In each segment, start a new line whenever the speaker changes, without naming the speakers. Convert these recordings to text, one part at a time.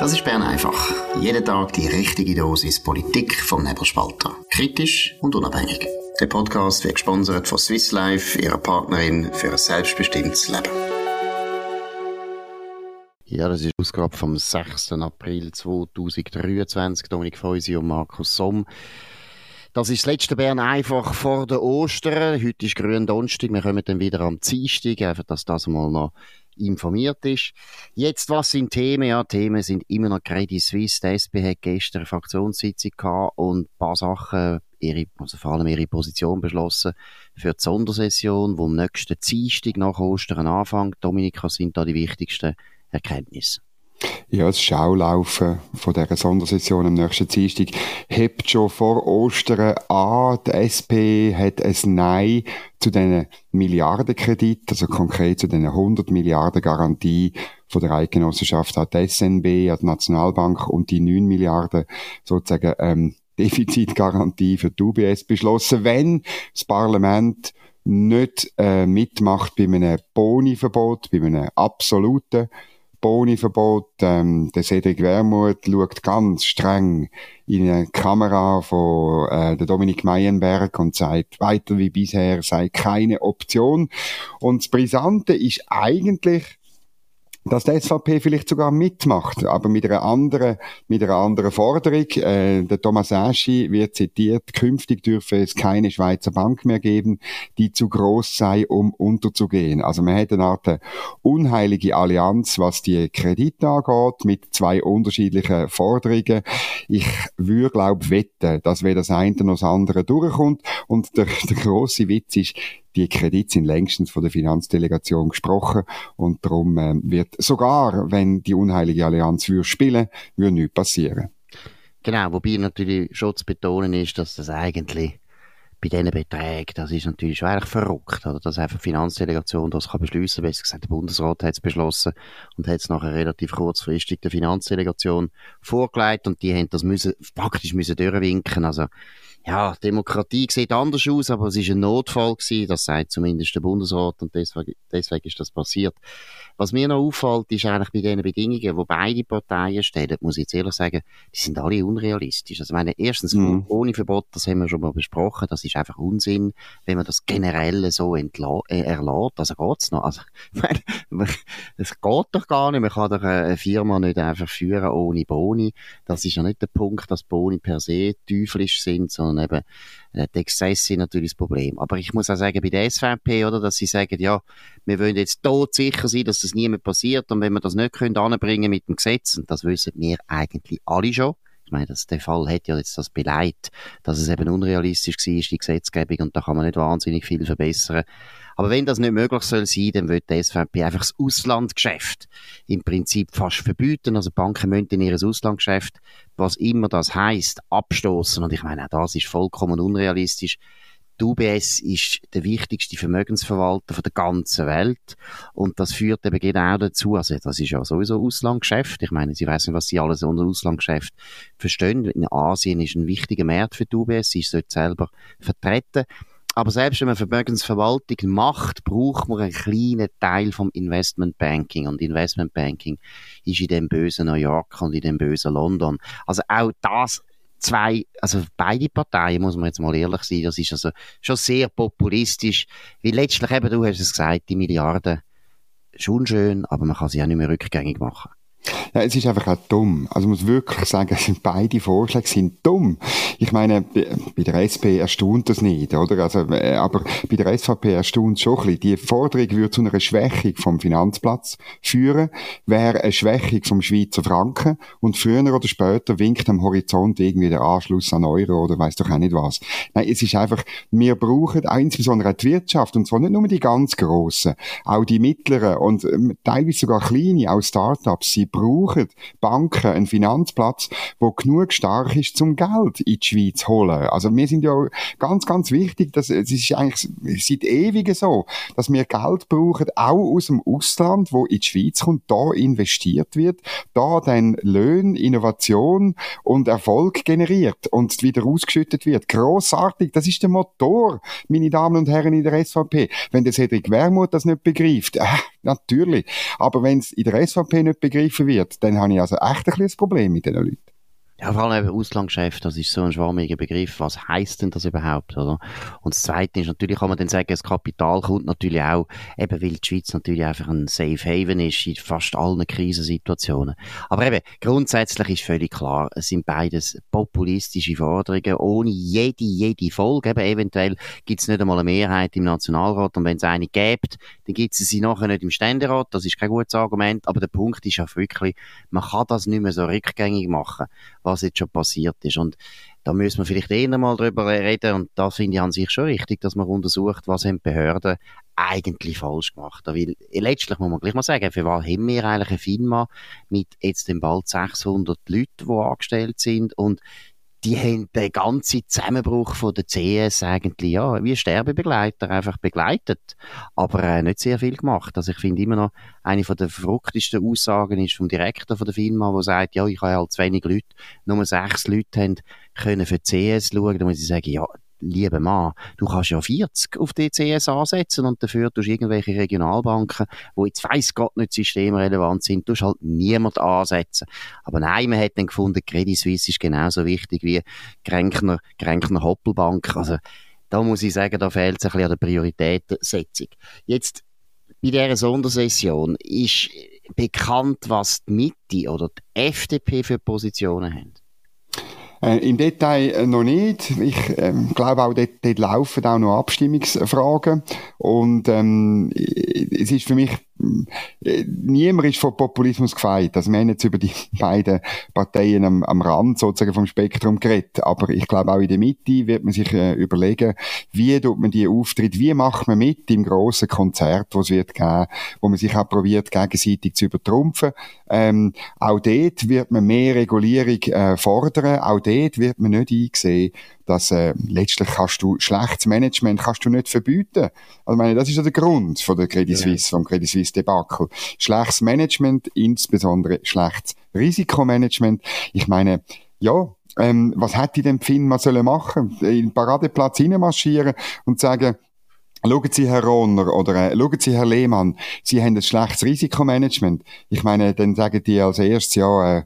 Das ist Bern einfach. Jeden Tag die richtige Dosis Politik vom Nebelspalter. Kritisch und unabhängig. Der Podcast wird gesponsert von Swiss Life, ihrer Partnerin für ein selbstbestimmtes Leben. Ja, das ist die Ausgabe vom 6. April 2023. Dominik Feusi und Markus Somm. Das ist das letzte Bern einfach vor den Ostern. Heute ist Gründonnerstag. Wir kommen dann wieder am Dienstag, einfach, dass das mal noch informiert ist. Jetzt, was sind Themen? Ja, Themen sind immer noch Credit Suisse. Die SP hat gestern eine Fraktionssitzung gehabt und ein paar Sachen, vor allem ihre Position beschlossen für die Sondersession, die am nächsten Dienstag nach Ostern anfängt. Dominik, was sind da die wichtigsten Erkenntnisse?
Ja, das Schaulaufen von dieser Sondersession am nächsten Dienstag hebt schon vor Ostern an. Die SP hat ein Nein zu diesen Milliardenkredit, also konkret zu diesen 100 Milliarden Garantie von der Eidgenossenschaft an die SNB, an die Nationalbank und die 9 Milliarden sozusagen Defizitgarantie für die UBS beschlossen, wenn das Parlament nicht mitmacht bei einem Boniverbot, bei einem absoluten Boniverbot. Der Cedric Wermuth schaut ganz streng in eine Kamera von der Dominik Meienberg und sagt, weiter wie bisher sei keine Option. Und das Brisante ist eigentlich, dass die SVP vielleicht sogar mitmacht, aber mit einer anderen Forderung. Der Thomas Aschi wird zitiert, künftig dürfe es keine Schweizer Bank mehr geben, die zu gross sei, um unterzugehen. Also man hat eine Art unheilige Allianz, was die Kredite angeht, mit zwei unterschiedlichen Forderungen. Ich würde, glaube wetten, dass weder das eine noch das andere durchkommt. Und der grosse Witz ist, die Kredite sind längstens von der Finanzdelegation gesprochen und darum wird sogar, wenn die unheilige Allianz spielen würde nichts passieren.
Genau, wobei natürlich schon zu betonen ist, dass das eigentlich bei diesen Beträgen, das ist natürlich schon eigentlich verrückt, oder? Dass einfach die Finanzdelegation das kann beschliessen, besser gesagt, der Bundesrat hat es beschlossen und hat es nachher relativ kurzfristig der Finanzdelegation vorgelegt und die haben das praktisch durchwinken, also ja, Demokratie sieht anders aus, aber es ist ein Notfall gewesen, das sagt zumindest der Bundesrat und deswegen ist das passiert. Was mir noch auffällt, ist eigentlich bei diesen Bedingungen, wo beide Parteien stellen, muss ich jetzt ehrlich sagen, die sind alle unrealistisch. Also ich meine, erstens, ohne Verbot, das haben wir schon mal besprochen, das ist einfach Unsinn, wenn man das generell so erlässt. Also geht's noch? Also, ich meine, es geht doch gar nicht. Man kann doch eine Firma nicht einfach führen ohne Boni. Das ist ja nicht der Punkt, dass Boni per se teuflisch sind, sondern eben die Exzesse sind natürlich das Problem. Aber ich muss auch sagen, bei der SVP, oder, dass sie sagen, ja, wir wollen jetzt todsicher sein, dass das nie mehr passiert und wenn wir das nicht anbringen mit dem Gesetz, und das wissen wir eigentlich alle schon, ich meine, der Fall hat ja jetzt das beleidigt, dass es eben unrealistisch war, die Gesetzgebung, und da kann man nicht wahnsinnig viel verbessern. Aber wenn das nicht möglich soll sein, dann wird die SVP einfach das Auslandgeschäft im Prinzip fast verbieten. Also Banken müssen in ihr Auslandgeschäft, was immer das heisst, abstoßen. Und ich meine, auch das ist vollkommen unrealistisch. Die UBS ist der wichtigste Vermögensverwalter der ganzen Welt. Und das führt eben genau dazu, also das ist ja sowieso Auslandgeschäft. Ich meine, Sie wissen nicht, was Sie alles unter Auslandgeschäft verstehen. In Asien ist ein wichtiger Markt für die UBS. Sie ist dort selber vertreten. Aber selbst wenn man Vermögensverwaltung macht, braucht man einen kleinen Teil vom Investmentbanking. Und Investmentbanking ist in dem bösen New York und in dem bösen London. Also auch beide Parteien, muss man jetzt mal ehrlich sein, das ist also schon sehr populistisch. Weil letztlich eben, du hast es gesagt, die Milliarden, schon schön, aber man kann sie auch nicht mehr rückgängig machen.
Ja, es ist einfach auch dumm. Also man muss wirklich sagen, beide Vorschläge sind dumm. Ich meine, bei der SP erstaunt das nicht, oder? Also, aber bei der SVP erstaunt es schon ein bisschen. Die Forderung würde zu einer Schwächung vom Finanzplatz führen, wäre eine Schwächung vom Schweizer Franken und früher oder später winkt am Horizont irgendwie der Anschluss an Euro oder weiss doch auch nicht was. Nein, es ist einfach, wir brauchen auch insbesondere die Wirtschaft, und zwar nicht nur die ganz Grossen, auch die mittleren und teilweise sogar kleine, auch Start-ups, sie brauchen Banken einen Finanzplatz, der genug stark ist, zum Geld in die Schweiz zu holen. Also wir sind ja ganz, ganz wichtig, dass es ist eigentlich seit Ewigen so, dass wir Geld brauchen, auch aus dem Ausland, wo in die Schweiz kommt, da investiert wird, da dann Löhne, Innovation und Erfolg generiert und wieder ausgeschüttet wird. Grossartig, das ist der Motor, meine Damen und Herren in der SVP. Wenn der Cedric Wermuth das nicht begreift, natürlich. Aber wenn es in der SVP nicht begriffen wird, dann habe ich also echt ein Problem mit diesen Leuten.
Ja, vor allem eben Auslandsgeschäft, das ist so ein schwammiger Begriff. Was heisst denn das überhaupt, oder? Und das Zweite ist, natürlich kann man dann sagen, das Kapital kommt natürlich auch, eben weil die Schweiz natürlich einfach ein Safe Haven ist in fast allen Krisensituationen. Aber eben, grundsätzlich ist völlig klar, es sind beides populistische Forderungen, ohne jede Folge. Eben, eventuell gibt es nicht einmal eine Mehrheit im Nationalrat, und wenn es eine gibt, dann gibt es sie nachher nicht im Ständerat. Das ist kein gutes Argument, aber der Punkt ist ja wirklich, man kann das nicht mehr so rückgängig machen, was jetzt schon passiert ist. Und da müssen wir vielleicht eher mal drüber reden, und da finde ich an sich schon richtig, dass man untersucht, was haben die Behörden eigentlich falsch gemacht. Weil letztlich muss man gleich mal sagen, für was haben wir eigentlich eine Firma mit jetzt bald 600 Leuten, die angestellt sind, und die haben den ganzen Zusammenbruch von der CS eigentlich, ja, wie Sterbebegleiter einfach begleitet, aber nicht sehr viel gemacht. Also ich finde immer noch, eine von der verrücktesten Aussagen ist vom Direktor von der Firma, der sagt, ja, ich habe halt zu wenig Leute, nur 6 Leute haben können für die CS schauen. Da muss ich sagen, ja, lieber Mann, du kannst ja 40 auf die CS ansetzen, und dafür tust du irgendwelche Regionalbanken, die jetzt weiss Gott nicht systemrelevant sind, tust halt niemand ansetzen. Aber nein, man hat dann gefunden, Credit Suisse ist genauso wichtig wie Gränkner Hoppelbank. Also da muss ich sagen, da fehlt es ein bisschen an der Prioritätensetzung. Jetzt bei dieser Sondersession ist bekannt, was die Mitte oder die FDP für Positionen haben.
Im Detail noch nicht. Ich glaube auch, dort laufen auch noch Abstimmungsfragen. Und es ist für mich, niemand ist von Populismus gefeit. Also wir haben jetzt über die beiden Parteien am Rand sozusagen vom Spektrum geredet. Aber ich glaube, auch in der Mitte wird man sich überlegen, wie tut man die Auftritte, wie macht man mit im grossen Konzert, das es wird geben, wo man sich auch probiert, gegenseitig zu übertrumpfen. Auch dort wird man mehr Regulierung fordern. Auch dort wird man nicht einsehen, dass letztlich kannst du schlechtes Management kannst du nicht verbieten. Also ich meine, das ist ja der Grund von der Credit Suisse, vom Credit Suisse Debakel. Schlechtes Management, insbesondere schlechtes Risikomanagement. Ich meine, ja, was hätte denn die FINMA sollen machen? In den Paradeplatz reinmarschieren und sagen, schauen Sie, Herr Rohner, oder schauen Sie, Herr Lehmann, Sie haben ein schlechtes Risikomanagement. Ich meine, dann sagen die als erstes,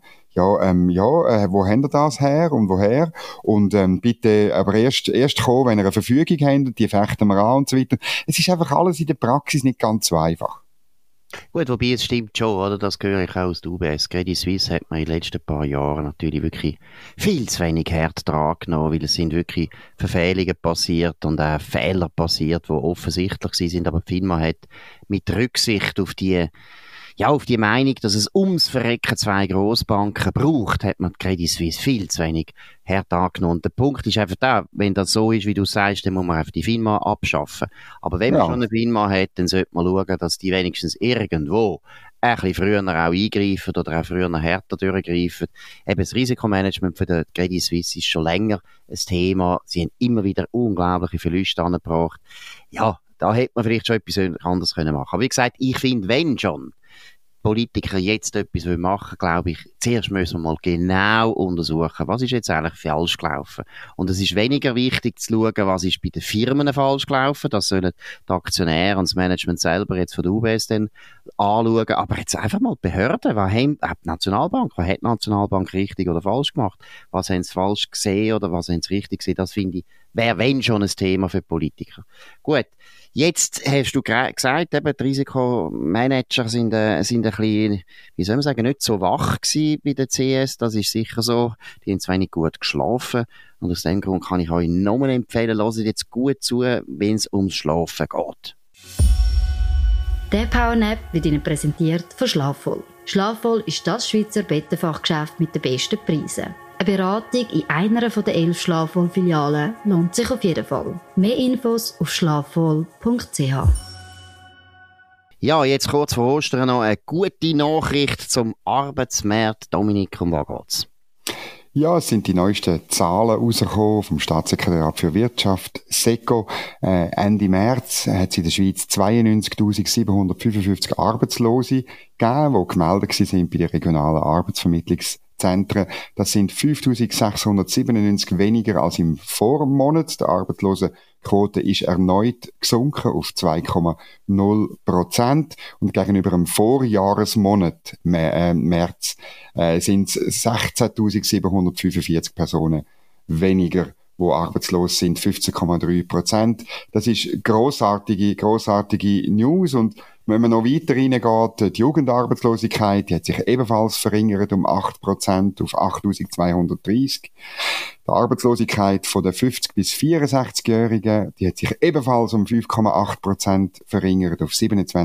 wo haben ihr das her und woher? Und bitte aber erst kommen, wenn ihr eine Verfügung habt, die fechten wir an und so weiter. Es ist einfach alles in der Praxis nicht ganz so einfach.
Gut, wobei es stimmt schon, oder? Das höre ich auch aus der UBS. Credit Suisse hat man in den letzten paar Jahren natürlich wirklich viel zu wenig hart dran genommen, weil es sind wirklich Verfehlungen passiert und auch Fehler passiert, die offensichtlich sind. Aber die FINMA hat mit Rücksicht auf die Meinung, dass es ums Verrecken 2 Grossbanken braucht, hat man die Credit Suisse viel zu wenig hart angenommen. Und der Punkt ist einfach da, wenn das so ist, wie du sagst, dann muss man einfach die FINMA abschaffen. Aber wenn man schon eine FINMA hat, dann sollte man schauen, dass die wenigstens irgendwo ein bisschen früher auch eingreifen oder auch früher härter durchgreifen. Eben das Risikomanagement für die Credit Suisse ist schon länger ein Thema. Sie haben immer wieder unglaubliche Verluste angebracht. Ja, da hätte man vielleicht schon etwas anderes machen können. Aber wie gesagt, ich finde, wenn schon Politiker jetzt etwas machen wollen, glaube ich, zuerst müssen wir mal genau untersuchen, was ist jetzt eigentlich falsch gelaufen. Und es ist weniger wichtig zu schauen, was ist bei den Firmen falsch gelaufen. Das sollen die Aktionäre und das Management selber jetzt von der UBS dann anschauen. Aber jetzt einfach mal die Behörden, was hat die Nationalbank richtig oder falsch gemacht? Was haben sie falsch gesehen oder was haben sie richtig gesehen? Das finde ich, wäre wenn schon ein Thema für Politiker. Gut. Jetzt hast du gesagt, eben, die Risikomanager sind ein bisschen, wie soll man sagen, nicht so wach gewesen bei der CS. Das ist sicher so. Die haben zu wenig gut geschlafen. Und aus dem Grund kann ich euch nochmal empfehlen, hört jetzt gut zu, wenn es ums Schlafen geht.
Der Powernap wird Ihnen präsentiert von Schlafvoll. Schlafvoll ist das Schweizer Bettenfachgeschäft mit den besten Preisen. Eine Beratung in einer der 11 Schlafvoll-Filialen lohnt sich auf jeden Fall. Mehr Infos auf schlafvoll.ch.
Ja, jetzt kurz vor Ostern noch eine gute Nachricht zum Arbeitsmarkt. Dominik, um was geht's?
Ja, es sind die neuesten Zahlen rausgekommen vom Staatssekretariat für Wirtschaft, SECO. Ende März hat es in der Schweiz 92.755 Arbeitslose gegeben, die gemeldet sind bei den regionalen Arbeitsvermittlungszentren. Das sind 5.697 weniger als im Vormonat. Der Quote ist erneut gesunken auf 2,0%. Und gegenüber dem Vorjahresmonat, März, sind es 16.745 Personen weniger, wo arbeitslos sind, 15,3%. Das ist grossartige News. Und wenn man noch weiter reingeht, die Jugendarbeitslosigkeit, die hat sich ebenfalls verringert um 8% auf 8.230. Die Arbeitslosigkeit von den 50- bis 64-Jährigen, die hat sich ebenfalls um 5,8% verringert auf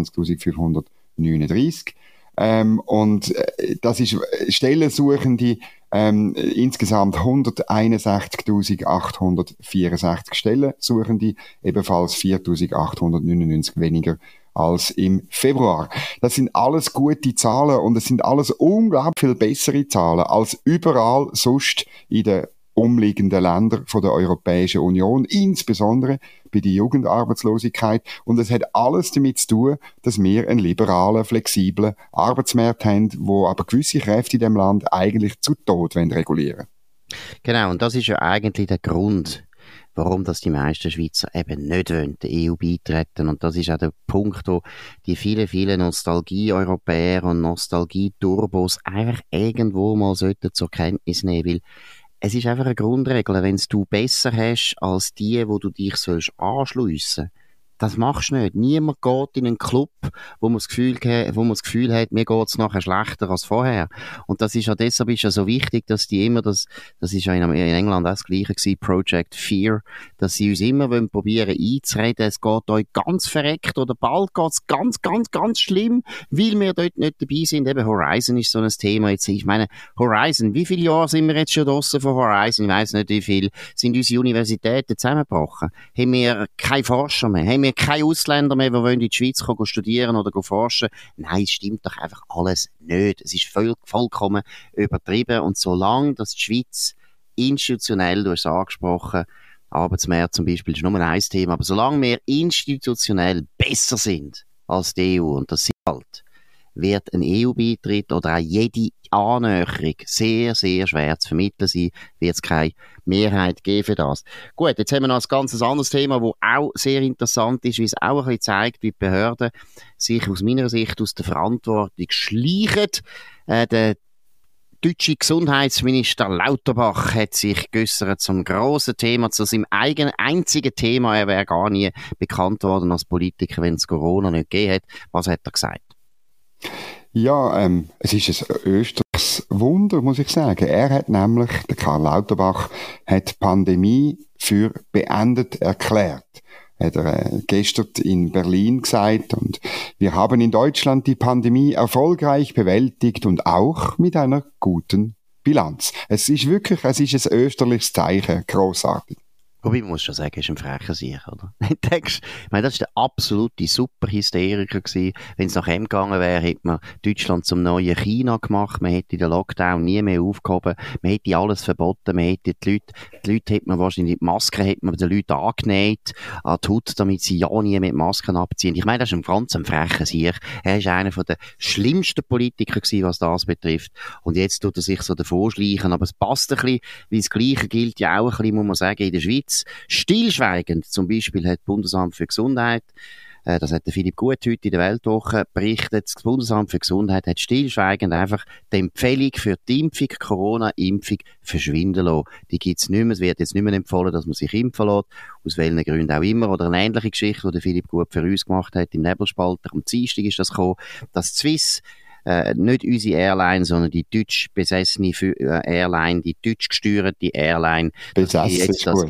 27.539. Das ist Stellensuchende, insgesamt 161.864 Stellensuchende, ebenfalls 4.899 weniger als im Februar. Das sind alles gute Zahlen und es sind alles unglaublich viel bessere Zahlen als überall sonst in den umliegenden Ländern von der Europäischen Union, insbesondere bei der Jugendarbeitslosigkeit. Und es hat alles damit zu tun, dass wir einen liberalen, flexiblen Arbeitsmarkt haben, wo aber gewisse Kräfte in dem Land eigentlich zu Tod regulieren wollen.
Genau, und das ist ja eigentlich der Grund, warum das die meisten Schweizer eben nicht wollen, der EU beitreten. Und das ist auch der Punkt, wo die vielen Nostalgie-Europäer und Nostalgie-Turbos einfach irgendwo mal sollten zur Kenntnis nehmen, weil es ist einfach eine Grundregel, wenn du besser hast als die, wo du dich anschliessen sollst. Das machst du nicht. Niemand geht in einen Club, wo man das Gefühl hat, mir geht's nachher schlechter als vorher. Und das ist ja, deshalb ist ja so wichtig, dass die immer das ist ja in England auch das Gleiche gewesen, Project Fear, dass sie uns immer probieren einzureden, es geht euch ganz verreckt oder bald geht's ganz, ganz, ganz schlimm, weil wir dort nicht dabei sind. Eben Horizon ist so ein Thema jetzt. Ich meine, Horizon, wie viele Jahre sind wir jetzt schon draussen von Horizon? Ich weiss nicht, wie viel sind unsere Universitäten zusammengebrochen? Haben wir keine Forscher mehr? Haben wir keine Ausländer mehr, die in die Schweiz studieren oder forschen? Nein, es stimmt doch einfach alles nicht. Es ist vollkommen übertrieben. Und solange dass die Schweiz institutionell, du hast es angesprochen, Arbeitsmarkt zum Beispiel ist nur ein Thema, aber solange wir institutionell besser sind als die EU, und das sind halt, wird ein EU-Beitritt oder auch jede Annäherung sehr, sehr schwer zu vermitteln sein, wird es keine Mehrheit geben für das. Gut, jetzt haben wir noch ein ganz anderes Thema, das auch sehr interessant ist, wie es auch ein bisschen zeigt, wie die Behörden sich aus meiner Sicht aus der Verantwortung schleichen. Der deutsche Gesundheitsminister Lauterbach hat sich geäussert zum grossen Thema, zu seinem eigenen einzigen Thema. Er wäre gar nie bekannt worden als Politiker, wenn es Corona nicht gegeben hat. Was hat er gesagt?
Ja, es ist ein österliches Wunder, muss ich sagen. Er hat nämlich, der Karl Lauterbach, hat die Pandemie für beendet erklärt. Hat er gestern in Berlin gesagt. Und wir haben in Deutschland die Pandemie erfolgreich bewältigt und auch mit einer guten Bilanz. Es ist ein österliches Zeichen, grossartig.
Wobei, ich muss schon sagen, ist ein frecher Sieg, oder? Ich meine, das war der absolute Superhysteriker gewesen. Wenn es nach ihm gegangen wäre, hätte man Deutschland zum neuen China gemacht, man hätte den Lockdown nie mehr aufgehoben, man hätte alles verboten, man hätte die Leute hätte man wahrscheinlich, die Masken hätte man den Leuten angenäht, an die Haut, damit sie ja nie mit Masken abziehen. Ich meine, das ist ein ganz frecher Sieg. Er ist einer der schlimmsten Politiker gewesen, was das betrifft. Und jetzt tut er sich so davor schleichen, aber es passt ein bisschen, weil das Gleiche gilt ja auch ein bisschen, muss man sagen, in der Schweiz. Stillschweigend, zum Beispiel hat das Bundesamt für Gesundheit, das hat der Philipp Gut heute in der Weltwoche berichtet, das Bundesamt für Gesundheit hat stillschweigend einfach die Empfehlung für die Impfung, Corona-Impfung, verschwinden lassen. Die gibt's nicht mehr, es wird jetzt nicht mehr empfohlen, dass man sich impfen lässt, aus welchen Gründen auch immer, oder eine ähnliche Geschichte, die der Philipp Gut für uns gemacht hat, im Nebelspalter, am Dienstag ist das gekommen, dass Swiss nicht unsere Airline, sondern die deutsch besessene Airline, die deutsch gesteuerte Airline.
Besessen ist gut.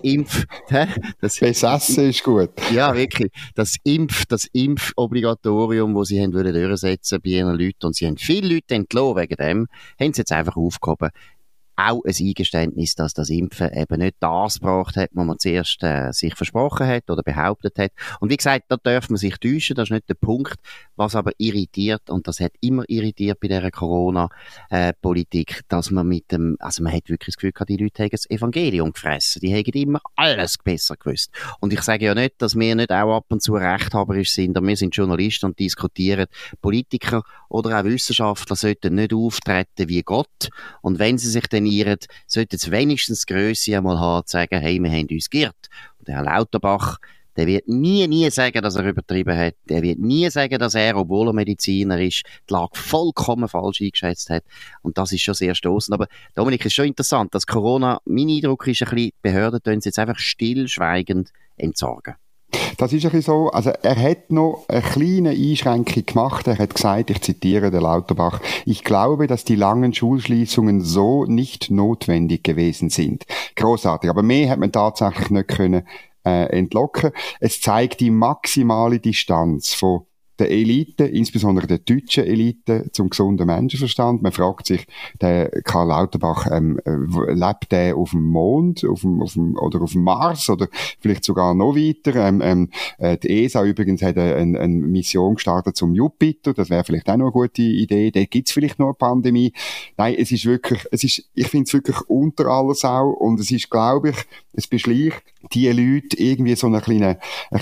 Besessen ist gut.
Ja, wirklich. Das Impfobligatorium, das sie haben durchsetzen bei ihren Leuten, und sie haben viele Leute entlassen wegen dem, haben sie jetzt einfach aufgehoben. Auch ein Eingeständnis, dass das Impfen eben nicht das gebracht hat, was man zuerst sich versprochen hat oder behauptet hat. Und wie gesagt, da darf man sich täuschen, das ist nicht der Punkt. Was aber irritiert, und das hat immer irritiert bei dieser Corona-Politik, dass man man hat wirklich das Gefühl gehabt, die Leute haben das Evangelium gefressen. Die haben immer alles besser gewusst. Und ich sage ja nicht, dass wir nicht auch ab und zu rechthaberisch sind, aber wir sind Journalisten und diskutieren. Politiker oder auch Wissenschaftler sollten nicht auftreten wie Gott. Und wenn sie sich dann intervenieren, sollten es wenigstens die Grösse einmal haben, zu sagen, hey, wir haben uns geirrt. Und der Herr Lauterbach, der wird nie sagen, dass er übertrieben hat. Der wird nie sagen, dass er, obwohl er Mediziner ist, die Lage vollkommen falsch eingeschätzt hat. Und das ist schon sehr stossend. Aber Dominik, ist schon interessant, dass Corona, mein Eindruck ist ein bisschen, die Behörden tun es jetzt einfach stillschweigend entsorgen.
Das ist ein bisschen so. Also er hat noch eine kleine Einschränkung gemacht. Er hat gesagt, ich zitiere den Lauterbach, ich glaube, dass die langen Schulschließungen so nicht notwendig gewesen sind. Grossartig. Aber mehr hat man tatsächlich nicht können entlocken. Es zeigt die maximale Distanz von der Elite, insbesondere der deutschen Elite, zum gesunden Menschenverstand. Man fragt sich, der Karl Lauterbach, lebt der auf dem Mond, oder auf dem Mars, oder vielleicht sogar noch weiter? Die ESA übrigens hat eine Mission gestartet zum Jupiter, das wäre vielleicht auch noch eine gute Idee. Da gibt's vielleicht noch eine Pandemie. Nein, ich finde es wirklich unter aller Sau, und es ist, glaube ich, es beschleicht die Leute irgendwie so ein kleines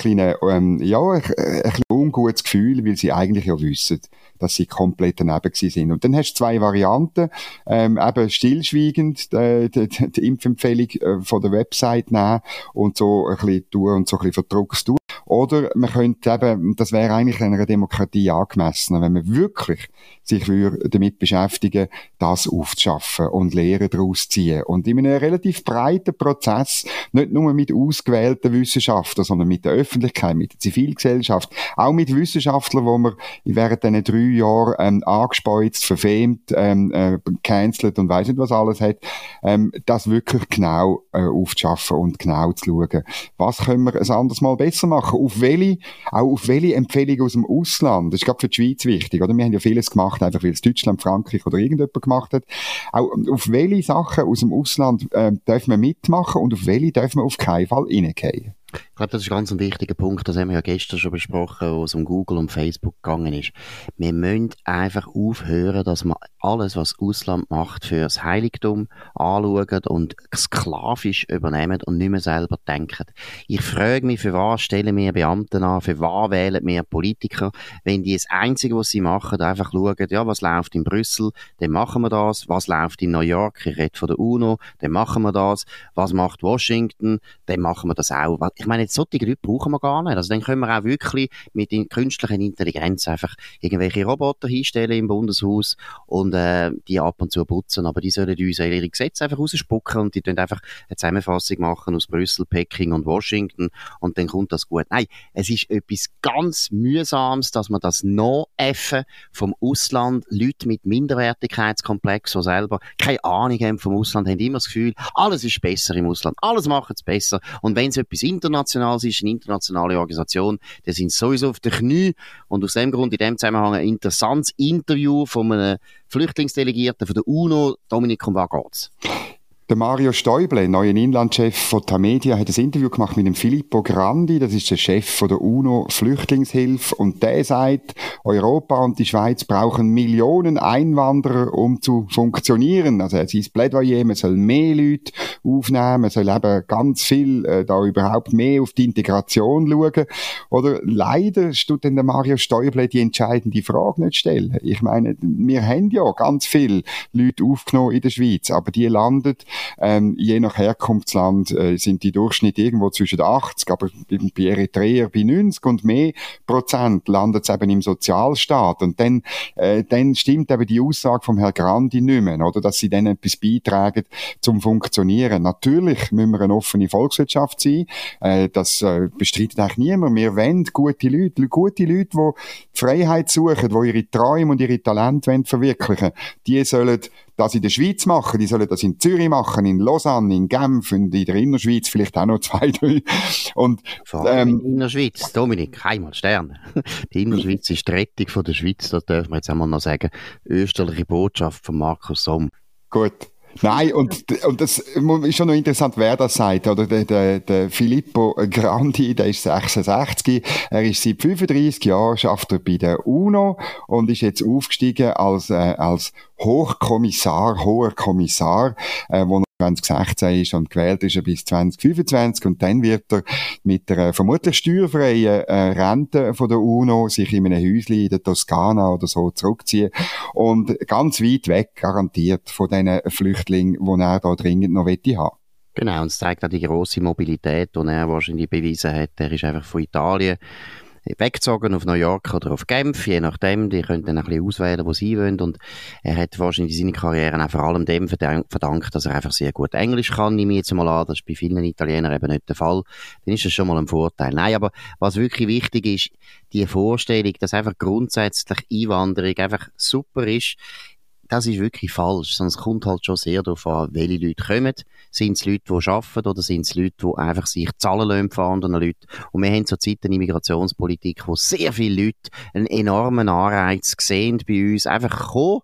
ungutes Gefühl, weil sie eigentlich ja wissen, dass sie komplett daneben gewesen sind. Und dann hast du zwei Varianten, eben stillschweigend die Impfempfehlung von der Website nehmen und so ein bisschen tun und so ein bisschen verdruckst tun. Oder man könnte eben, das wäre eigentlich einer Demokratie angemessen, wenn man wirklich sich damit beschäftigen, das aufzuschaffen und Lehren daraus ziehen. Und in einem relativ breiten Prozess, nicht nur mit ausgewählten Wissenschaftlern, sondern mit der Öffentlichkeit, mit der Zivilgesellschaft, auch mit Wissenschaftlern, die man während diesen 3 Jahren angespeuzt, verfemt, gecancelt und weiss nicht was alles hat, das wirklich genau aufzuschaffen und genau zu schauen. Was können wir ein anderes Mal besser machen? Auch auf welche Empfehlungen aus dem Ausland? Das ist gerade für die Schweiz wichtig, oder? Wir haben ja vieles gemacht, einfach weil es Deutschland, Frankreich oder irgendjemand gemacht hat. Auch auf welche Sachen aus dem Ausland dürfen wir mitmachen und auf welche dürfen wir auf keinen Fall reingehen?
Ich glaube, das ist ganz ein wichtiger Punkt, das haben wir ja gestern schon besprochen, wo es um Google und Facebook gegangen ist. Wir müssen einfach aufhören, dass man alles, was Ausland macht, für das Heiligtum anschauen und sklavisch übernehmen und nicht mehr selber denken. Ich frage mich, für was stellen wir Beamten an, für was wählen wir Politiker, wenn die das Einzige, was sie machen, einfach schauen, ja, was läuft in Brüssel, dann machen wir das, was läuft in New York, ich rede von der UNO, dann machen wir das, was macht Washington, dann machen wir das auch. Ich meine, jetzt solche Leute brauchen wir gar nicht. Also dann können wir auch wirklich mit der künstlichen Intelligenz einfach irgendwelche Roboter hinstellen im Bundeshaus und die ab und zu putzen. Aber die sollen uns ihre Gesetze einfach rausspucken und die tun einfach eine Zusammenfassung machen aus Brüssel, Peking und Washington und dann kommt das gut. Nein, es ist etwas ganz Mühsames, dass man das Nachäffen vom Ausland, Leute mit Minderwertigkeitskomplex, die selber keine Ahnung haben vom Ausland, haben immer das Gefühl, alles ist besser im Ausland, alles macht es besser. Und wenn es etwas Internationales ist, eine internationale Organisation, die sind sowieso auf den Knien. Und aus dem Grund in dem Zusammenhang ein interessantes Interview von einem Flüchtlingsdelegierten von der UNO. Dominik, um was geht's?
Der Mario Stäuble, neuer Inlandchef von Tamedia, hat ein Interview gemacht mit dem Filippo Grandi, das ist der Chef von der UNO-Flüchtlingshilfe, und der sagt, Europa und die Schweiz brauchen Millionen Einwanderer, um zu funktionieren. Also er sagt Plädoyer, man soll mehr Leute aufnehmen, man soll eben ganz viel da überhaupt mehr auf die Integration schauen. Oder leider tut dann der Mario Stäuble die entscheidende Frage nicht stellen. Ich meine, wir haben ja ganz viele Leute aufgenommen in der Schweiz, aber die landen je nach Herkunftsland sind die Durchschnitte irgendwo zwischen 80, aber bei Eritreer bei 90 und mehr Prozent landet es eben im Sozialstaat. Und dann stimmt eben die Aussage vom Herrn Grandi nicht mehr, oder? Dass sie dann etwas beitragen zum Funktionieren. Natürlich müssen wir eine offene Volkswirtschaft sein. Das bestreitet eigentlich niemand. Wir wollen gute Leute, die Freiheit suchen, die ihre Träume und ihre Talente verwirklichen. Die sollen das in der Schweiz machen, die sollen das in Zürich machen, in Lausanne, in Genf und in der Innerschweiz vielleicht auch noch 2, 3. Und,
in der Innerschweiz, Dominik, Heimatstern. Die Innerschweiz ist die Rettung von der Schweiz, das dürfen wir jetzt einmal noch sagen. Österliche Botschaft von Markus Somm.
Gut. Nein, und das ist schon noch interessant, wer das sagt, oder? Der Filippo Grandi, der ist 66, er ist seit 35 Jahren, schafft er bei der UNO und ist jetzt aufgestiegen als hoher Kommissar, wo 2016 ist und gewählt ist er bis 2025 und dann wird er mit der vermutlich steuerfreien Rente von der UNO sich in einem Häuschen in der Toskana oder so zurückziehen und ganz weit weg garantiert von den Flüchtlingen, die er da dringend noch haben möchte.
Genau, und es zeigt auch die grosse Mobilität, die er wahrscheinlich bewiesen hat. Er ist einfach von Italien weggezogen auf New York oder auf Genf, je nachdem. Die können dann ein bisschen auswählen, wo sie wollen. Und er hat wahrscheinlich seine Karriere auch vor allem dem verdankt, dass er einfach sehr gut Englisch kann. Nehme ich jetzt mal an, das ist bei vielen Italienern eben nicht der Fall. Dann ist das schon mal ein Vorteil. Nein, aber was wirklich wichtig ist, die Vorstellung, dass einfach grundsätzlich Einwanderung einfach super ist, das ist wirklich falsch, sondern es kommt halt schon sehr darauf an, welche Leute kommen. Sind es Leute, die arbeiten, oder sind es Leute, die einfach sich zahlen lassen von anderen Leuten? Und wir haben zurzeit eine Immigrationspolitik, wo sehr viele Leute einen enormen Anreiz sehen bei uns, einfach kommen,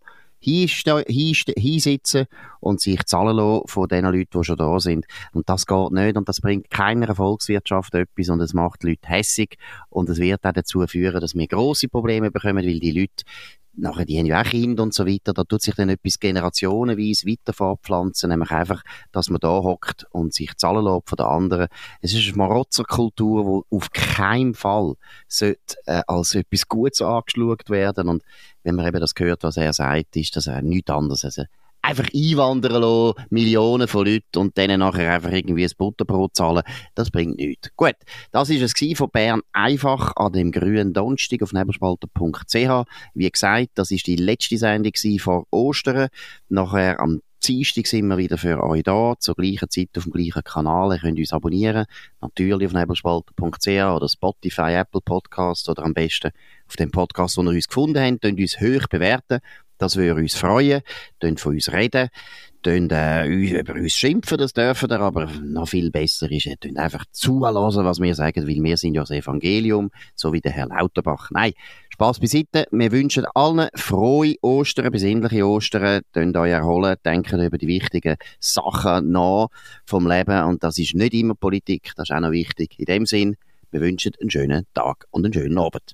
hinsitzen und sich zahlen lassen von den Leuten, die schon da sind. Und das geht nicht und das bringt keiner Volkswirtschaft etwas und es macht die Leute hässig und es wird auch dazu führen, dass wir grosse Probleme bekommen, weil die Leute nachher, die haben ja auch Kinder und so weiter, da tut sich dann etwas generationenweise weiter fortpflanzen, nämlich einfach, dass man da hockt und sich zahlen lässt von den anderen. Es ist eine Schmarotzerkultur, die auf keinen Fall sollte, als etwas Gutes angeschaut werden. Und wenn man eben das hört, was er sagt, ist das nichts anderes als einfach einwandern lassen, Millionen von Leuten und denen nachher einfach irgendwie ein Butterbrot zahlen, das bringt nichts. Gut, das war es von Bern einfach an dem grünen Donnerstag auf nebelspalter.ch. Wie gesagt, das war die letzte Sendung vor Ostern. Nachher am Dienstag sind wir wieder für euch da, zur gleichen Zeit auf dem gleichen Kanal. Ihr könnt uns abonnieren, natürlich auf nebelspalter.ch oder Spotify, Apple Podcast oder am besten auf dem Podcast, wo ihr uns gefunden habt, könnt uns hoch bewerten. Das würde uns freuen. Tönt von uns reden. Tönt über uns schimpfen, das dürfen wir. Aber noch viel besser ist, tönt einfach zuhören, was wir sagen, weil wir sind ja das Evangelium, so wie der Herr Lauterbach. Nein, Spass beiseite. Wir wünschen allen frohe Ostern, besinnliche Ostern. Tönt euch erholen, denkt über die wichtigen Sachen nach vom Leben. Und das ist nicht immer Politik, das ist auch noch wichtig. In dem Sinn, wir wünschen einen schönen Tag und einen schönen Abend.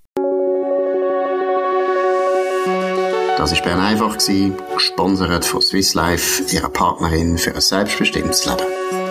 Das war Bern einfach, gesponsert von Swiss Life, ihrer Partnerin für ein selbstbestimmtes Leben.